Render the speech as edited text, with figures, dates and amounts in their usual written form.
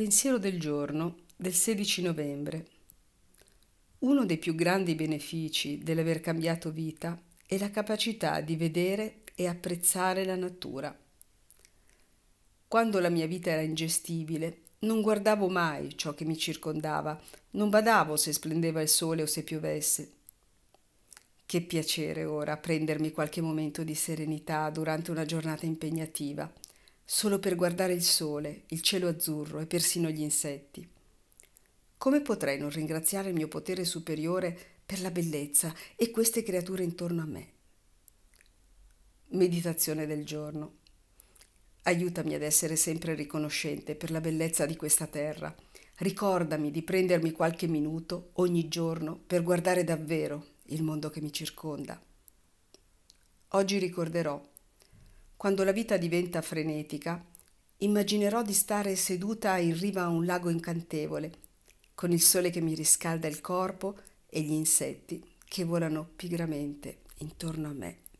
Pensiero del giorno del 16 novembre. Uno dei più grandi benefici dell'aver cambiato vita è la capacità di vedere e apprezzare la natura. Quando la mia vita era ingestibile, non guardavo mai ciò che mi circondava, non badavo se splendeva il sole o se piovesse. Che piacere ora prendermi qualche momento di serenità durante una giornata impegnativa, solo per guardare il sole, il cielo azzurro e persino gli insetti. Come potrei non ringraziare il mio potere superiore per la bellezza e queste creature intorno a me? Meditazione del giorno. Aiutami ad essere sempre riconoscente per la bellezza di questa terra. Ricordami di prendermi qualche minuto ogni giorno per guardare davvero il mondo che mi circonda. Oggi ricorderò, quando la vita diventa frenetica, immaginerò di stare seduta in riva a un lago incantevole, con il sole che mi riscalda il corpo e gli insetti che volano pigramente intorno a me.